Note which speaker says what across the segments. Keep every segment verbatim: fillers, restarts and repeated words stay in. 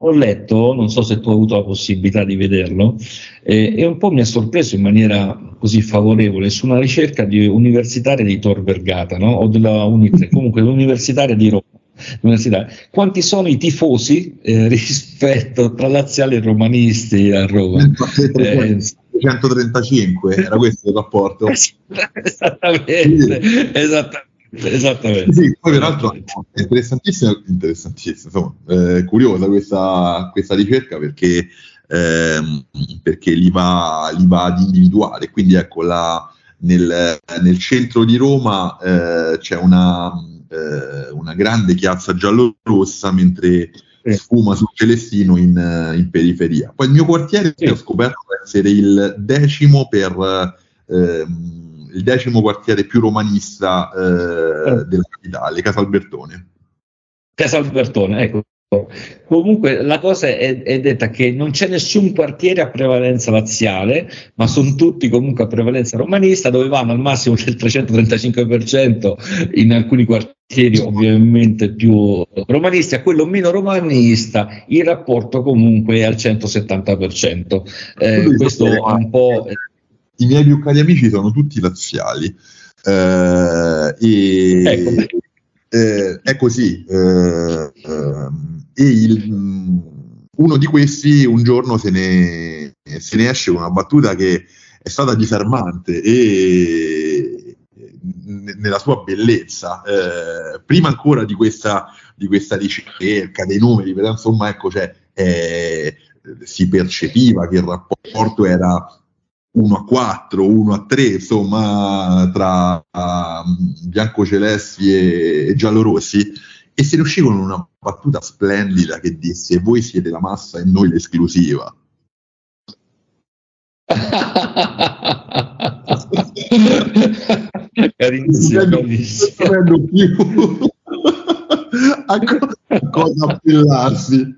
Speaker 1: ho letto, non so se tu hai avuto la possibilità di vederlo, eh, e un po' mi ha sorpreso in maniera così favorevole su una ricerca di universitaria di Tor Vergata, no? O della Unitre, comunque l'universitaria di Roma. L'università. Quanti sono i tifosi eh, rispetto tra laziali e romanisti a Roma?
Speaker 2: Eh, centotrentacinque, era questo il rapporto?
Speaker 1: Esattamente, sì. esattamente. Esattamente.
Speaker 2: Sì, poi peraltro è interessantissima, interessantissima insomma, eh, curiosa questa, questa ricerca perché, ehm, perché li va, li va ad individuare, quindi ecco la, nel, nel centro di Roma eh, c'è una, eh, una grande chiazza giallorossa mentre sfuma sul Celestino in, in periferia. Poi il mio quartiere sì. ho scoperto essere il decimo per ehm, il decimo quartiere più romanista eh, della capitale, Casalbertone.
Speaker 1: Casalbertone, ecco. Comunque la cosa è, è detta che non c'è nessun quartiere a prevalenza laziale, ma sono tutti comunque a prevalenza romanista, dove vanno al massimo del trecentotrentacinque per cento in alcuni quartieri ovviamente più romanisti, a quello meno romanista il rapporto comunque è al centosettanta per cento. Eh, questo è un po'...
Speaker 2: I miei più cari amici sono tutti laziali eh, e ecco. eh, è così eh, eh, e il, uno di questi un giorno se ne, se ne esce con una battuta che è stata disarmante e nella sua bellezza eh, prima ancora di questa, di questa ricerca dei numeri, però insomma ecco cioè, eh, si percepiva che il rapporto era uno a quattro, uno a tre, insomma, tra uh, biancocelesti e, e giallorossi, e se ne uscì con una battuta splendida che disse: voi siete la massa e noi l'esclusiva.
Speaker 1: Carissimo, carissimo.
Speaker 2: A, co- a cosa appellarsi.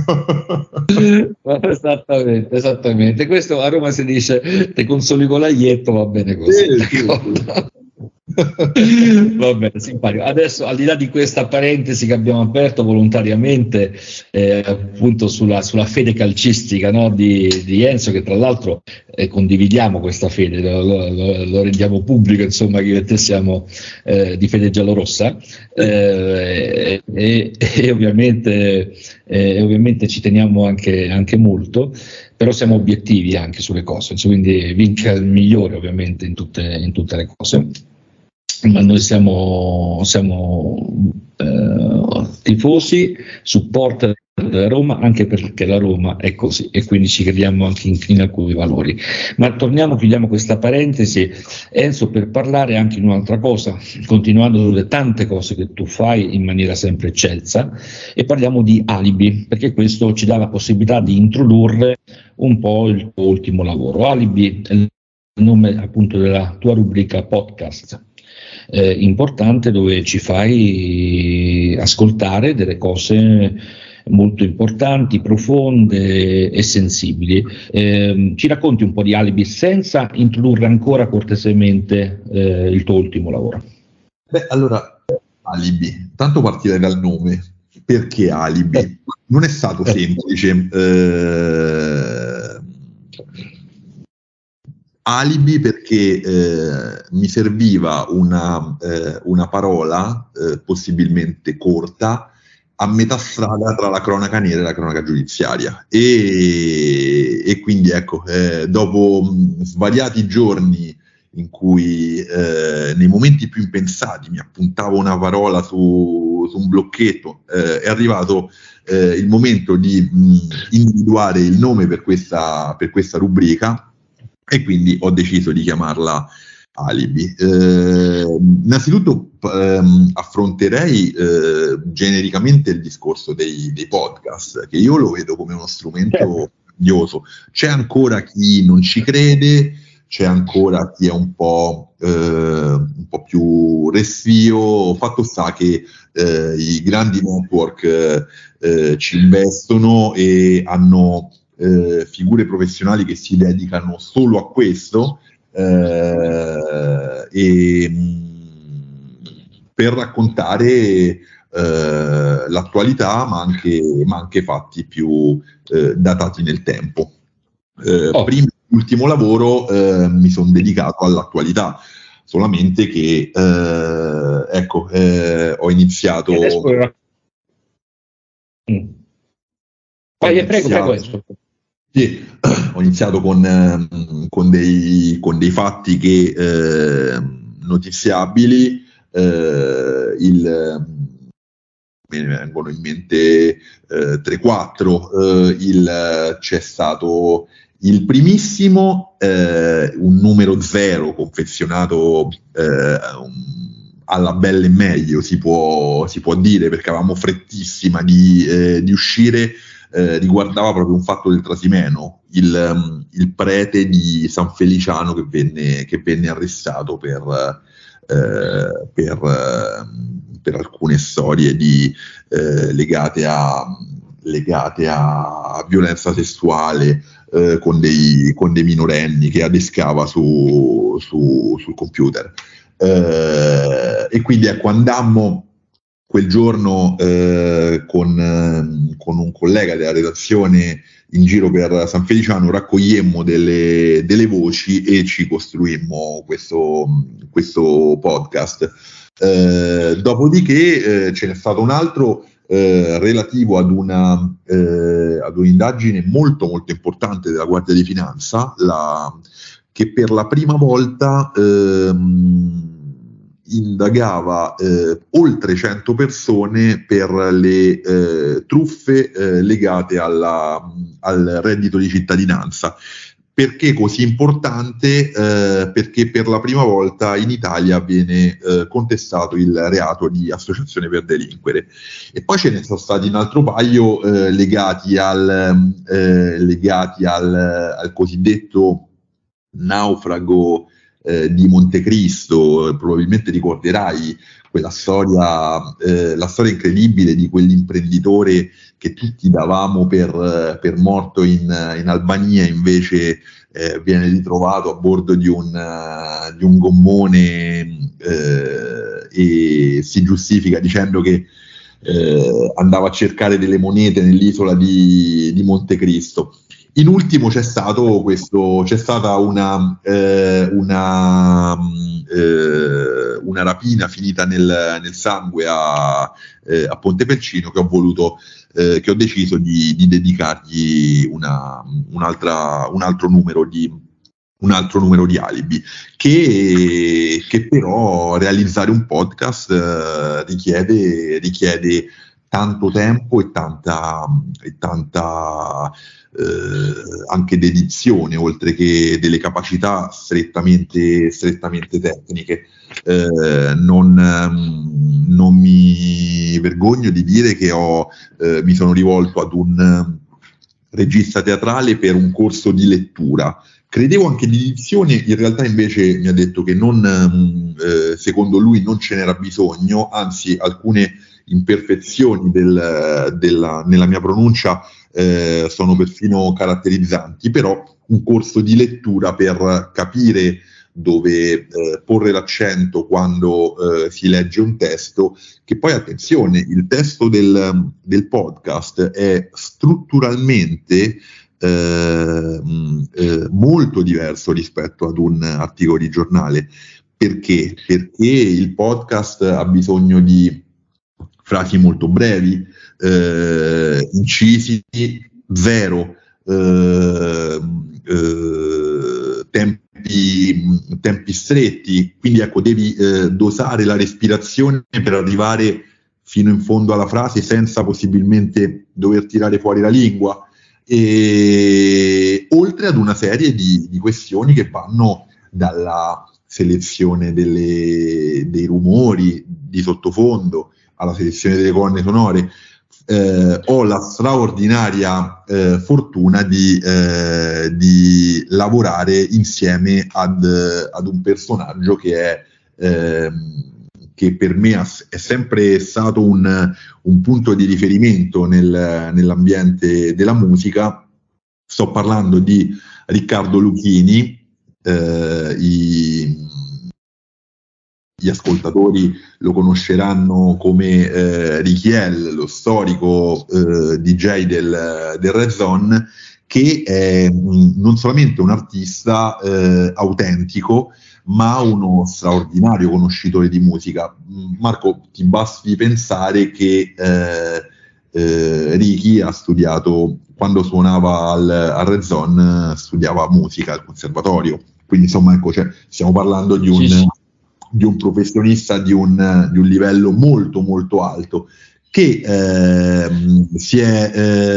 Speaker 1: Esattamente, esattamente. Questo a Roma si dice: te consoli con l'aglietto, va bene così.
Speaker 2: Sì, sì, sì.
Speaker 1: Va bene, simpatico. Adesso, al di là di questa parentesi che abbiamo aperto volontariamente, eh, appunto sulla, sulla fede calcistica, no, di, di Enzo, che tra l'altro eh, condividiamo questa fede, lo, lo, lo rendiamo pubblico, insomma, che io e te siamo eh, di fede giallorossa, eh, e, e ovviamente, eh, ovviamente ci teniamo anche, anche molto, però siamo obiettivi anche sulle cose, quindi vinca il migliore ovviamente in tutte, in tutte le cose. Ma noi siamo, siamo eh, tifosi, supporter della Roma, anche perché la Roma è così e quindi ci crediamo anche in, in alcuni valori. Ma torniamo, chiudiamo questa parentesi, Enzo, per parlare anche di un'altra cosa, continuando sulle tante cose che tu fai in maniera sempre eccelsa, e parliamo di Alibi, perché questo ci dà la possibilità di introdurre un po' il tuo ultimo lavoro. Alibi è il nome appunto della tua rubrica podcast. Eh, importante, dove ci fai ascoltare delle cose molto importanti, profonde e sensibili. Eh, ci racconti un po' di Alibi senza introdurre ancora cortesemente eh, il tuo ultimo lavoro?
Speaker 2: Beh, allora, Alibi, tanto partirei dal nome. Perché Alibi? Eh. Non è stato semplice. Eh, Alibi perché eh, mi serviva una, eh, una parola eh, possibilmente corta a metà strada tra la cronaca nera e la cronaca giudiziaria e, e quindi ecco eh, dopo mh, svariati giorni in cui eh, nei momenti più impensati mi appuntavo una parola su, su un blocchetto, eh, è arrivato eh, il momento di mh, individuare il nome per questa, per questa rubrica. E quindi ho deciso di chiamarla Alibi. Eh, innanzitutto ehm, affronterei eh, genericamente il discorso dei, dei podcast, che io lo vedo come uno strumento grandioso. C'è ancora chi non ci crede, c'è ancora chi è un po', eh, un po' più restio. Fatto sta che eh, i grandi network eh, ci investono e hanno Eh, figure professionali che si dedicano solo a questo eh, e mh, per raccontare eh, l'attualità dell'attualità, ma anche, ma anche fatti più eh, datati nel tempo. Eh, oh. Prima dell'ultimo lavoro eh, mi sono dedicato all'attualità, solamente che eh, ecco, eh, ho iniziato...
Speaker 1: Mm. Vai, prego, prego.
Speaker 2: Sì, ho iniziato con, con, dei, con dei fatti che eh, notiziabili, eh, il, me ne vengono in mente eh, tre quattro, eh, il, c'è stato il primissimo, eh, un numero zero confezionato eh, un, alla belle e meglio, si può, si può dire, perché avevamo frettissima di, eh, di uscire. Eh, riguardava proprio un fatto del Trasimeno, il, um, il prete di San Feliciano che venne, che venne arrestato per, eh, per, uh, per alcune storie di, eh, legate, a, legate a violenza sessuale eh, con, dei, con dei minorenni che adescava su, su, sul computer. Eh, e quindi ecco, andammo quel giorno eh, con, eh, con un collega della redazione in giro per San Feliciano, raccogliemmo delle, delle voci e ci costruimmo questo, questo podcast. Eh, dopodiché eh, ce n'è stato un altro eh, relativo ad, una, eh, ad un'indagine molto molto importante della Guardia di Finanza, la, che per la prima volta ehm, indagava eh, oltre cento persone per le eh, truffe eh, legate alla, al reddito di cittadinanza. Perché così importante? Eh, perché per la prima volta in Italia viene eh, contestato il reato di associazione per delinquere. E poi ce ne sono stati un altro paio eh, legati, al, eh, legati al, al cosiddetto naufrago Eh, di Montecristo. Eh, probabilmente ricorderai quella storia, eh, la storia incredibile di quell'imprenditore che tutti davamo per, eh, per morto in, in Albania, invece eh, viene ritrovato a bordo di un, uh, di un gommone eh, e si giustifica dicendo che eh, andava a cercare delle monete nell'isola di, di Montecristo. In ultimo c'è stato questo, c'è stata una, eh, una, eh, una rapina finita nel, nel sangue a, eh, a Pontepelcino che ho voluto, eh, che ho deciso di, di dedicargli una, un'altra, un altro numero di, un altro numero di alibi, che, che però realizzare un podcast eh, richiede, richiede tanto tempo e tanta, e tanta eh, anche dedizione, oltre che delle capacità strettamente, strettamente tecniche. Eh, non, non mi vergogno di dire che ho, eh, mi sono rivolto ad un regista teatrale per un corso di lettura. Credevo anche di dizione, in realtà invece mi ha detto che non, eh, secondo lui non ce n'era bisogno, anzi alcune imperfezioni del, della, nella mia pronuncia eh, sono perfino caratterizzanti, però un corso di lettura per capire dove eh, porre l'accento quando eh, si legge un testo, che poi attenzione, il testo del, del podcast è strutturalmente eh, eh, molto diverso rispetto ad un articolo di giornale. Perché? Perché il podcast ha bisogno di frasi molto brevi, eh, incisi, zero, eh, eh, tempi, tempi stretti, quindi ecco devi eh, dosare la respirazione per arrivare fino in fondo alla frase senza possibilmente dover tirare fuori la lingua, e oltre ad una serie di, di questioni che vanno dalla selezione delle, dei rumori di sottofondo alla selezione delle colonne sonore. Eh, ho la straordinaria eh, fortuna di, eh, di lavorare insieme ad, ad un personaggio che è eh, che per me è sempre stato un, un punto di riferimento nel, nell'ambiente della musica. Sto parlando di Riccardo Luchini, eh, i gli ascoltatori lo conosceranno come eh, Richiel, lo storico eh, D J del, del Red Zone, che è mh, non solamente un artista eh, autentico, ma uno straordinario conoscitore di musica. Marco, ti basti pensare che eh, eh, Ricky ha studiato, quando suonava al, al Red Zone, studiava musica al conservatorio, quindi insomma ecco, cioè, stiamo parlando di un, sì, sì. di un professionista di un, di un livello molto molto alto, che eh, si è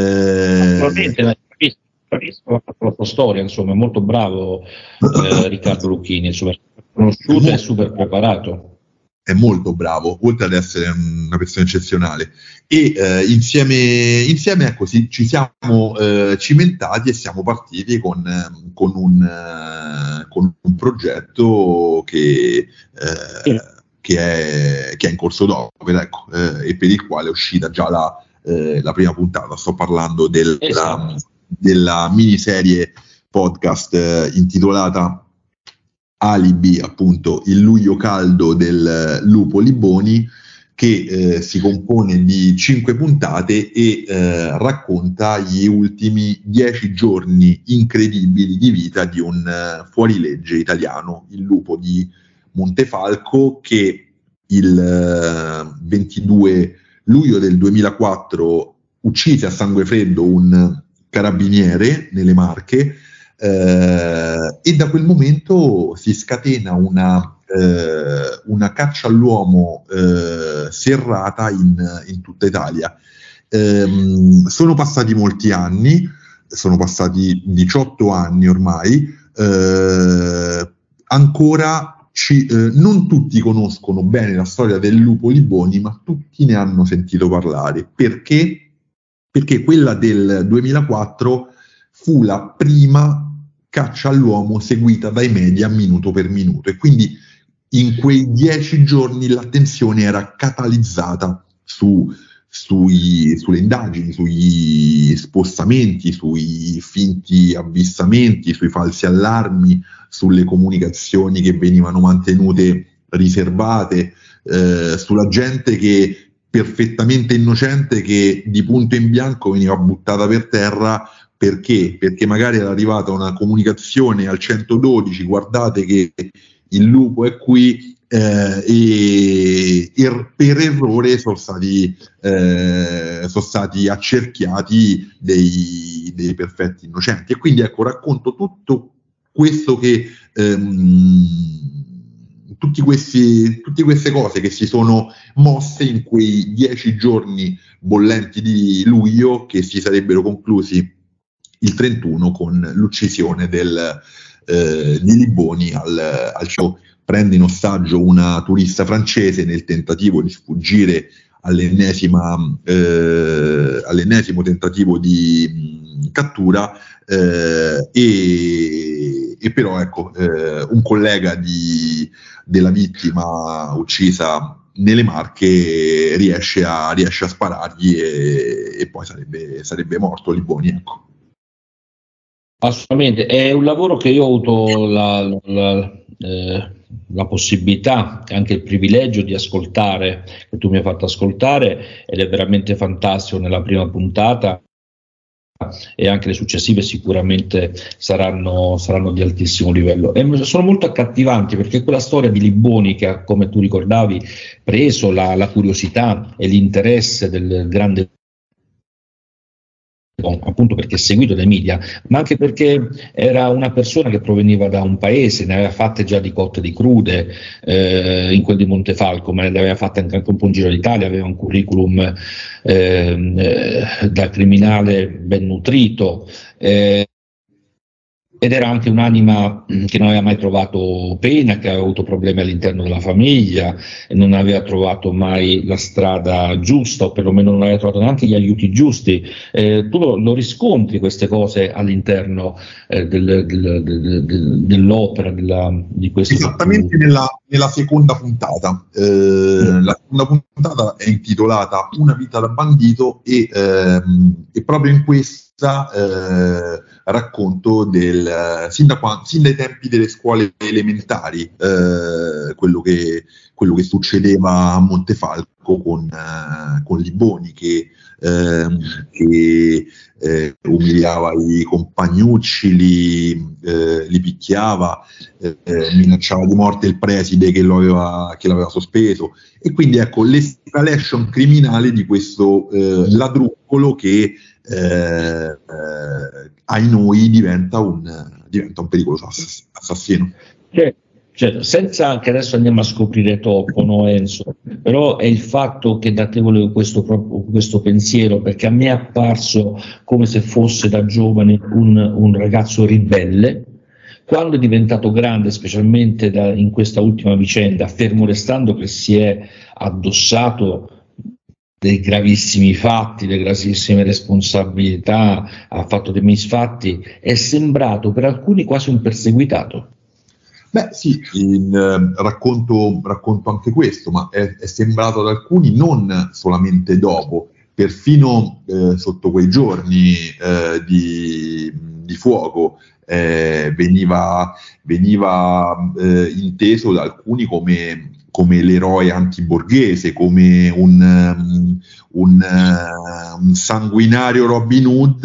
Speaker 1: eh, ha fatto storia, insomma, è molto bravo eh, Riccardo Lucchini, insomma, conosciuto e super preparato.
Speaker 2: È molto bravo, oltre ad essere una persona eccezionale. E eh, insieme, insieme ecco, si, ci siamo eh, cimentati e siamo partiti con, con, un, eh, con un progetto che, eh, sì. che, è, che è in corso d'opera, ecco, eh, e per il quale è uscita già la, eh, la prima puntata. Sto parlando del, esatto. la, della miniserie podcast eh, intitolata Alibi, appunto il luglio caldo del Lupo Liboni, che eh, si compone di cinque puntate e eh, racconta gli ultimi dieci giorni incredibili di vita di un uh, fuorilegge italiano, il Lupo di Montefalco, che il uh, ventidue luglio del duemilaquattro uccise a sangue freddo un carabiniere nelle Marche, eh, e da quel momento si scatena una, eh, una caccia all'uomo eh, serrata in, in tutta Italia. Eh, sono passati molti anni, sono passati diciotto anni ormai, eh, ancora ci, eh, non tutti conoscono bene la storia del Lupo Liboni, ma tutti ne hanno sentito parlare. Perché? Perché quella del duemilaquattro fu la prima caccia all'uomo seguita dai media minuto per minuto, e quindi in quei dieci giorni l'attenzione era catalizzata su, sui, sulle indagini, sugli spostamenti, sui finti avvistamenti, sui falsi allarmi, sulle comunicazioni che venivano mantenute riservate, eh, sulla gente che perfettamente innocente che di punto in bianco veniva buttata per terra. Perché? Perché magari era arrivata una comunicazione al centododici, guardate che il lupo è qui, eh, e, e per errore sono stati, eh, sono stati accerchiati dei, dei perfetti innocenti. E quindi ecco, racconto tutto questo che ehm, tutti questi, tutte queste cose che si sono mosse in quei dieci giorni bollenti di luglio, che si sarebbero conclusi il trentuno con l'uccisione del, eh, di Liboni al, al cielo. Prende in ostaggio una turista francese nel tentativo di sfuggire all'ennesima, eh, all'ennesimo tentativo di mh, cattura, eh, e, e però ecco, eh, un collega di, della vittima uccisa nelle Marche riesce a, riesce a sparargli e, e poi sarebbe, sarebbe morto Liboni, ecco.
Speaker 1: Assolutamente, è un lavoro che io ho avuto la, la, eh, la possibilità e anche il privilegio di ascoltare, che tu mi hai fatto ascoltare, ed è veramente fantastico. Nella prima puntata e anche le successive sicuramente saranno, saranno di altissimo livello, e sono molto accattivanti, perché quella storia di Liboni che ha, come tu ricordavi, preso la, la curiosità e l'interesse del grande, appunto perché è seguito dai media, ma anche perché era una persona che proveniva da un paese, ne aveva fatte già di cotte di crude, eh, in quel di Montefalco, ma ne aveva fatte anche un po' in giro d'Italia, aveva un curriculum eh, eh, da criminale ben nutrito, eh, ed era anche un'anima che non aveva mai trovato pena, che aveva avuto problemi all'interno della famiglia, e non aveva trovato mai la strada giusta, o perlomeno non aveva trovato neanche gli aiuti giusti. Eh, tu lo, lo riscontri queste cose all'interno eh, del, del, del, del, dell'opera, della, di questo.
Speaker 2: Esattamente nella, nella seconda puntata. Eh, mm. La seconda puntata è intitolata Una vita da bandito, e, ehm, e proprio in questo eh, racconto del, sin, da quando, sin dai tempi delle scuole elementari, eh, quello, che, quello che succedeva a Montefalco con, eh, con Liboni che, eh, che eh, umiliava i compagnucci, li, eh, li picchiava, eh, minacciava di morte il preside che, lo aveva, che l'aveva sospeso, e quindi ecco l'escalation criminale di questo eh, ladruncolo che eh, eh, ai noi diventa un, diventa un pericoloso ass- assassino.
Speaker 1: Certo, certo, senza anche adesso andiamo a scoprire troppo, no Enzo? Però è il fatto che da te volevo questo, proprio, questo pensiero, perché a me è apparso come se fosse da giovane un, un ragazzo ribelle. Quando è diventato grande, specialmente da, in questa ultima vicenda, fermo restando che si è addossato dei gravissimi fatti, delle gravissime responsabilità, ha fatto dei misfatti, è sembrato per alcuni quasi un perseguitato.
Speaker 2: Beh sì, in, eh, racconto, racconto anche questo, ma è, è sembrato ad alcuni non solamente dopo, perfino eh, sotto quei giorni eh, di, di fuoco eh, veniva, veniva eh, inteso da alcuni come, come l'eroe antiborghese, come un, um, un, uh, un sanguinario Robin Hood.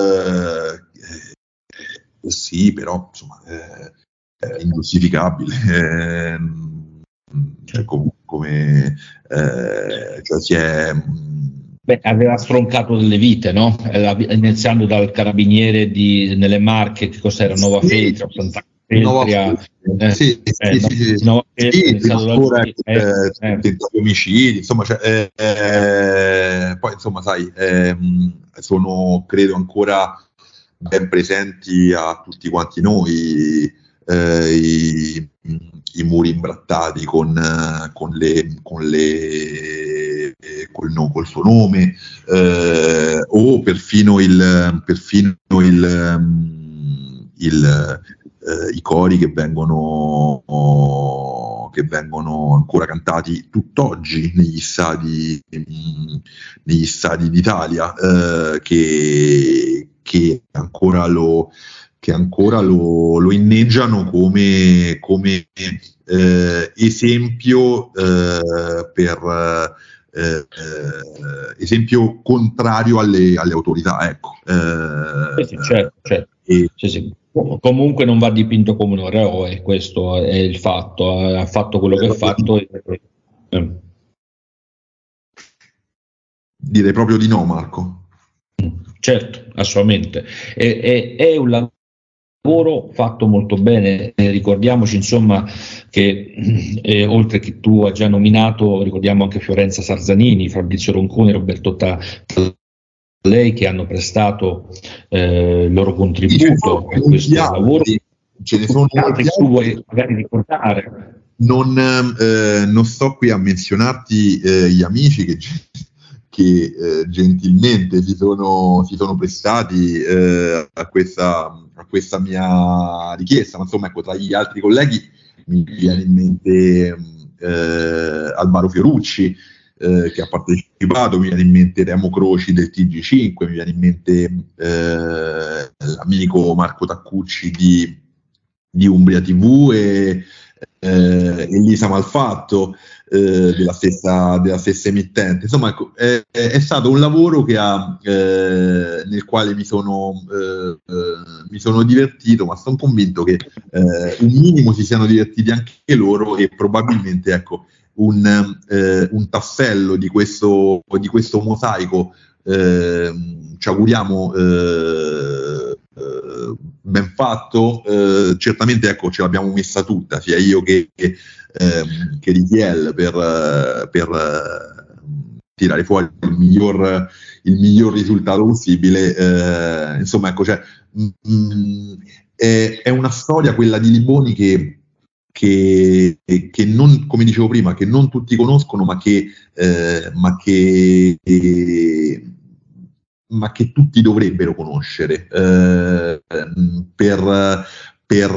Speaker 2: Eh, eh, sì, però insomma eh, è ingiustificabile. Eh, cioè, com- come eh, cioè si è
Speaker 1: Beh, aveva stroncato delle vite, no? Era- iniziando dal carabiniere di, nelle Marche, che cos'era, Nova
Speaker 2: sì,
Speaker 1: Feltria, Santa
Speaker 2: Nova
Speaker 1: Feltria,
Speaker 2: Feltria,
Speaker 1: eh,
Speaker 2: sì,
Speaker 1: eh,
Speaker 2: sì,
Speaker 1: no,
Speaker 2: sì, sì.
Speaker 1: Nova Feltria,
Speaker 2: Sì, prima
Speaker 1: iniziato da
Speaker 2: ancora
Speaker 1: lui,
Speaker 2: eh,
Speaker 1: eh, eh.
Speaker 2: tentati omicidi, insomma, cioè, eh, eh, poi insomma, sai, ehm, sono credo ancora ben presenti a tutti quanti noi eh, i, i muri imbrattati con, eh, con le, con le eh, col, no, col suo nome, eh, o perfino il perfino il, um, il eh, i cori che vengono oh, che vengono ancora cantati tutt'oggi negli stadi mh, negli stadi d'Italia, eh, che, che ancora lo che ancora lo, lo inneggiano come, come eh, esempio eh, per eh, eh, esempio contrario alle, alle autorità, ecco. Eh,
Speaker 1: Sì, sì, certo, certo.
Speaker 2: e,
Speaker 1: Sì, sì. Comunque non va dipinto come un eroe, questo è il fatto, ha fatto quello che ha fatto. E, eh.
Speaker 2: Direi proprio di no, Marco.
Speaker 1: Certo, assolutamente. È, è, è un lavoro fatto molto bene, eh, ricordiamoci insomma che eh, oltre che tu hai già nominato, ricordiamo anche Fiorenza Sarzanini, Fabrizio Ronconi, Roberto Ta- lei che hanno prestato eh, il loro contributo a questo lavoro.
Speaker 2: Ce ne sono
Speaker 1: altri che tu vuoi magari ricordare.
Speaker 2: Non, eh, non sto qui a menzionarti eh, gli amici che, che eh, gentilmente si sono, si sono prestati eh, a, questa, a questa mia richiesta, ma insomma ecco, tra gli altri colleghi mi viene in mente eh, Alvaro Fiorucci, Eh, che ha partecipato, mi viene in mente Remo Croci del T G cinque, mi viene in mente eh, l'amico Marco Taccucci di, di Umbria T V e eh, Elisa Malfatto eh, della, stessa, della stessa emittente. Insomma, ecco, è, è stato un lavoro che ha, eh, nel quale mi sono, eh, eh, mi sono divertito, ma sono convinto che eh, un minimo si siano divertiti anche loro, e probabilmente ecco Un, eh, un tassello di questo, di questo mosaico eh, ci auguriamo eh, eh, ben fatto. Eh, certamente ecco, ce l'abbiamo messa tutta, sia io che, che, eh, che Ritiel, per, per eh, tirare fuori il miglior, il miglior risultato possibile. Eh, insomma ecco, cioè, mh, è, è una storia quella di Liboni che Che, che non, come dicevo prima, che non tutti conoscono, ma che, eh, ma che, eh, ma che tutti dovrebbero conoscere, eh, per, per,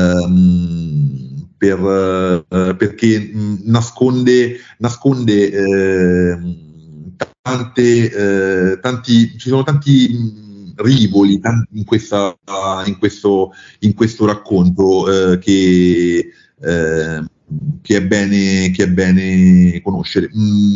Speaker 2: per, eh, perché nasconde, nasconde eh, tante, eh, tanti, ci sono tanti rivoli in, questa, in, questo, in questo racconto eh, che, eh, che, è bene, che è bene conoscere.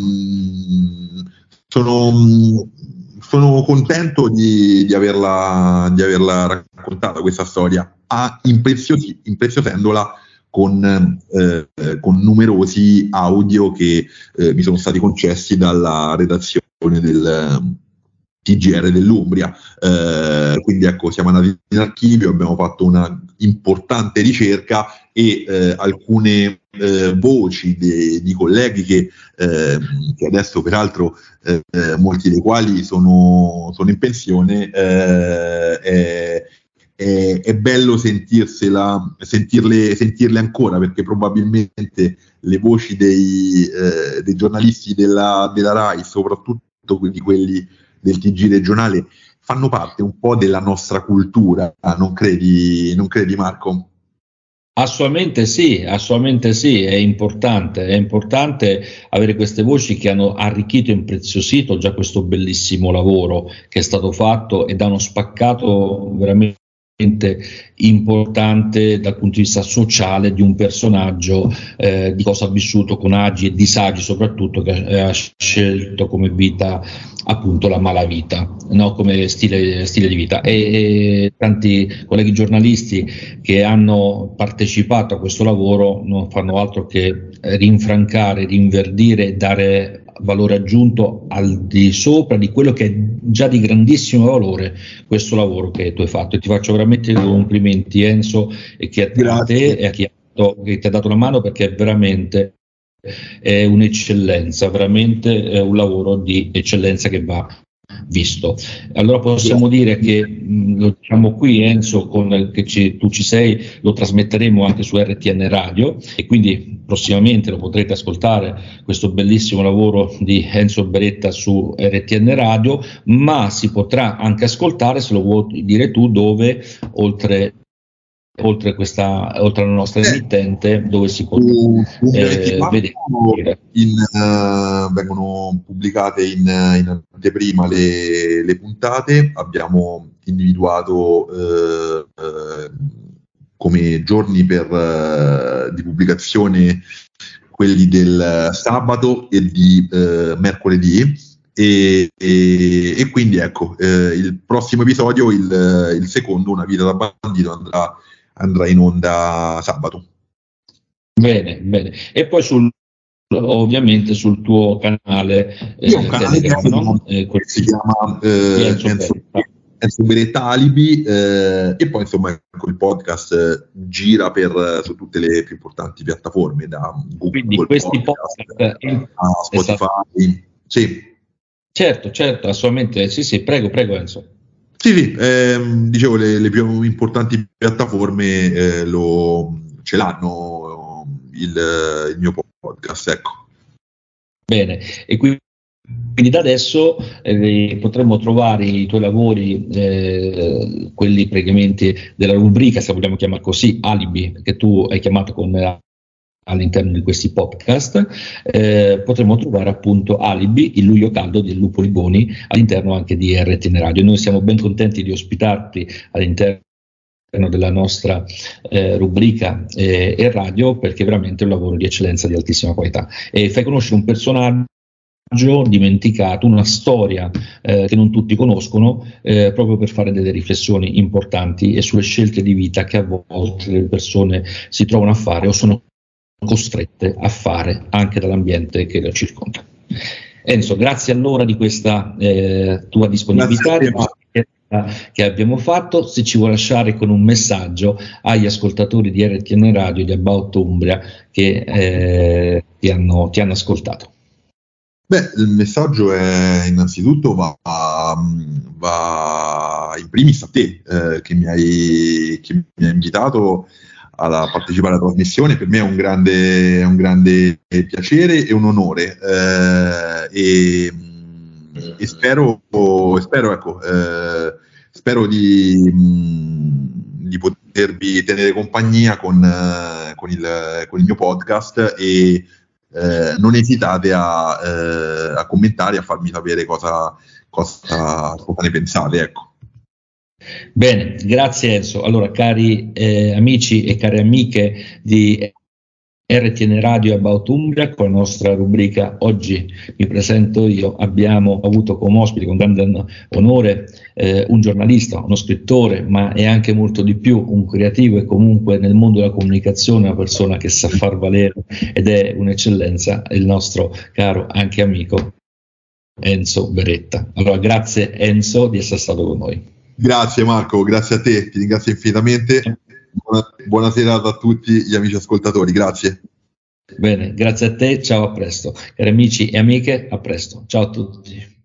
Speaker 2: Mm, sono, sono contento di, di, averla, di averla raccontata questa storia, a impreziosi, impreziosendola con, eh, con numerosi audio che eh, mi sono stati concessi dalla redazione del T G R dell'Umbria. Eh, quindi ecco, siamo andati in archivio, abbiamo fatto una importante ricerca e eh, alcune eh, voci de, di colleghi che, eh, che adesso peraltro eh, molti dei quali sono, sono in pensione, eh, è, è, è bello sentirsela, sentirle, sentirle ancora, perché probabilmente le voci dei, eh, dei giornalisti della, della RAI, soprattutto di quelli del T G regionale, fanno parte un po' della nostra cultura, non credi, non credi Marco?
Speaker 1: Assolutamente sì, assolutamente sì, è importante, è importante avere queste voci che hanno arricchito e impreziosito già questo bellissimo lavoro che è stato fatto e dà uno spaccato veramente importante dal punto di vista sociale di un personaggio, eh, di cosa ha vissuto con agi e disagi, soprattutto che ha scelto come vita appunto la malavita, no? Come stile, stile di vita, e, e tanti colleghi giornalisti che hanno partecipato a questo lavoro non fanno altro che rinfrancare, rinverdire e dare valore aggiunto al di sopra di quello che è già di grandissimo valore questo lavoro che tu hai fatto, e ti faccio veramente i complimenti Enzo, e che a te e a chi che ti ha dato la mano, perché è veramente è un'eccellenza, veramente è un lavoro di eccellenza che va visto. Allora possiamo dire che mh, lo diciamo qui Enzo, con che ci, tu ci sei, lo trasmetteremo anche su R T N Radio, e quindi prossimamente lo potrete ascoltare, questo bellissimo lavoro di Enzo Beretta su R T N Radio, ma si potrà anche ascoltare, se lo vuoi dire tu, dove oltre oltre questa oltre alla nostra eh, emittente, dove si può eh, vedere
Speaker 2: in, uh, vengono pubblicate in, in anteprima le, le puntate. Abbiamo individuato uh, uh, come giorni per, uh, di pubblicazione quelli del sabato e di uh, mercoledì. E, e, e quindi ecco, eh, il prossimo episodio, il, il secondo, Una vita da bandito, andrà andrà in onda sabato.
Speaker 1: Bene, bene. E poi sul, ovviamente sul tuo canale,
Speaker 2: eh, un canale Telegram, no? eh, che si chiama eh, Enzo, Enzo, Enzo Beretta Alibi, eh, e poi insomma ecco, il podcast eh, gira per su tutte le più importanti piattaforme, da Google,
Speaker 1: quindi questi podcast, podcast
Speaker 2: a Spotify. Sì.
Speaker 1: Certo, certo, assolutamente. Sì, sì, prego, prego Enzo.
Speaker 2: Sì, sì, ehm, dicevo, le, le più importanti piattaforme eh, lo, ce l'hanno il, il mio podcast, ecco.
Speaker 1: Bene, e quindi, quindi da adesso eh, potremmo trovare i tuoi lavori, eh, quelli praticamente della rubrica, se vogliamo chiamare così, Alibi, che tu hai chiamato con me all'interno di questi podcast, eh, potremo trovare appunto Alibi, il luglio caldo del Lupo Rigoni, all'interno anche di R T N Radio. Noi siamo ben contenti di ospitarti all'interno della nostra eh, rubrica eh, e radio, perché è veramente un lavoro di eccellenza, di altissima qualità, e fai conoscere un personaggio dimenticato, una storia eh, che non tutti conoscono, eh, proprio per fare delle riflessioni importanti e sulle scelte di vita che a volte le persone si trovano a fare o sono costrette a fare anche dall'ambiente che lo circonda. Enzo, grazie allora di questa eh, tua disponibilità che abbiamo fatto. Se ci vuoi lasciare con un messaggio agli ascoltatori di R T N Radio, di About Umbria, che eh, ti, hanno, ti hanno ascoltato.
Speaker 2: Beh, il messaggio è innanzitutto va, va in primis a te, eh, che mi hai, che mi hai invitato a partecipare alla trasmissione. Per me è un grande, è un grande piacere e un onore, eh, e, e spero, spero, ecco, eh, spero di, di potervi tenere compagnia con, con, il, con il mio podcast, e eh, non esitate a, eh, a commentare, a farmi sapere cosa, cosa, cosa ne pensate, ecco.
Speaker 1: Bene, grazie Enzo. Allora, cari eh, amici e care amiche di R T N Radio About Umbria, con la nostra rubrica Oggi mi presento io, abbiamo avuto come ospite con grande onore eh, un giornalista, uno scrittore, ma è anche molto di più, un creativo e comunque nel mondo della comunicazione una persona che sa far valere ed è un'eccellenza, il nostro caro anche amico Enzo Beretta. Allora, grazie Enzo di essere stato con noi.
Speaker 2: Grazie Marco, grazie a te, ti ringrazio infinitamente. Buona, buona serata a tutti gli amici ascoltatori, grazie.
Speaker 1: Bene, grazie a te, ciao, a presto. Cari amici e amiche, a presto. Ciao a tutti.